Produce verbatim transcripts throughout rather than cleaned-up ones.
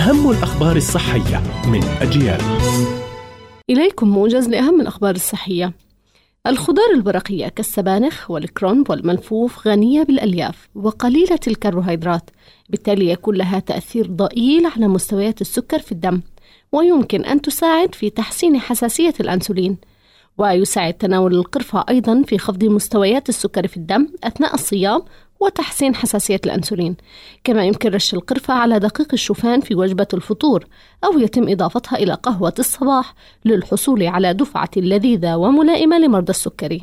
أهم الأخبار الصحية من أجيال. إليكم موجز لأهم الأخبار الصحية. الخضار الورقية كالسبانخ والكرنب والملفوف غنية بالألياف وقليلة الكربوهيدرات، بالتالي يكون لها تأثير ضئيل على مستويات السكر في الدم، ويمكن أن تساعد في تحسين حساسية الأنسولين. ويساعد تناول القرفة أيضا في خفض مستويات السكر في الدم أثناء الصيام وتحسين حساسية الأنسولين. كما يمكن رش القرفة على دقيق الشوفان في وجبة الفطور، أو يتم إضافتها إلى قهوة الصباح للحصول على دفعة لذيذة وملائمة لمرضى السكري.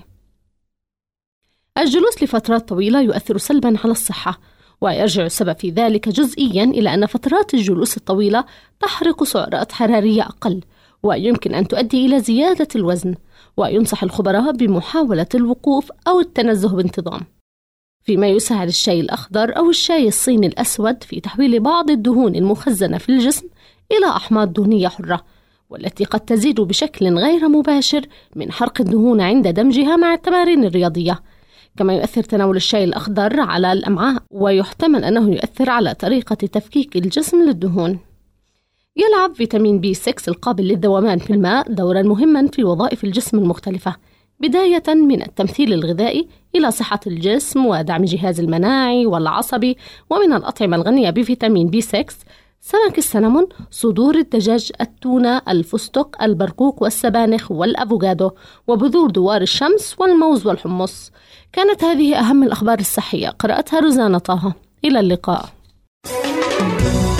الجلوس لفترات طويلة يؤثر سلبا على الصحة، ويرجع السبب في ذلك جزئيا إلى أن فترات الجلوس الطويلة تحرق سعرات حرارية أقل، ويمكن أن تؤدي إلى زيادة الوزن. وينصح الخبراء بمحاولة الوقوف أو التنزه بانتظام. فيما يساعد الشاي الأخضر أو الشاي الصيني الأسود في تحويل بعض الدهون المخزنة في الجسم إلى أحماض دهنية حرة، والتي قد تزيد بشكل غير مباشر من حرق الدهون عند دمجها مع التمارين الرياضية. كما يؤثر تناول الشاي الأخضر على الأمعاء، ويحتمل أنه يؤثر على طريقة تفكيك الجسم للدهون. يلعب فيتامين بي ستة القابل للذوبان في الماء دورا مهما في وظائف الجسم المختلفة، بداية من التمثيل الغذائي إلى صحة الجسم ودعم الجهاز المناعي والعصبي. ومن الأطعمة الغنية بفيتامين بي ستة سمك السلمون، صدور الدجاج، التونة، الفستق، البرقوق والسبانخ والأفوكادو، وبذور دوار الشمس والموز والحمص. كانت هذه أهم الأخبار الصحية، قرأتها روزانا طه. إلى اللقاء.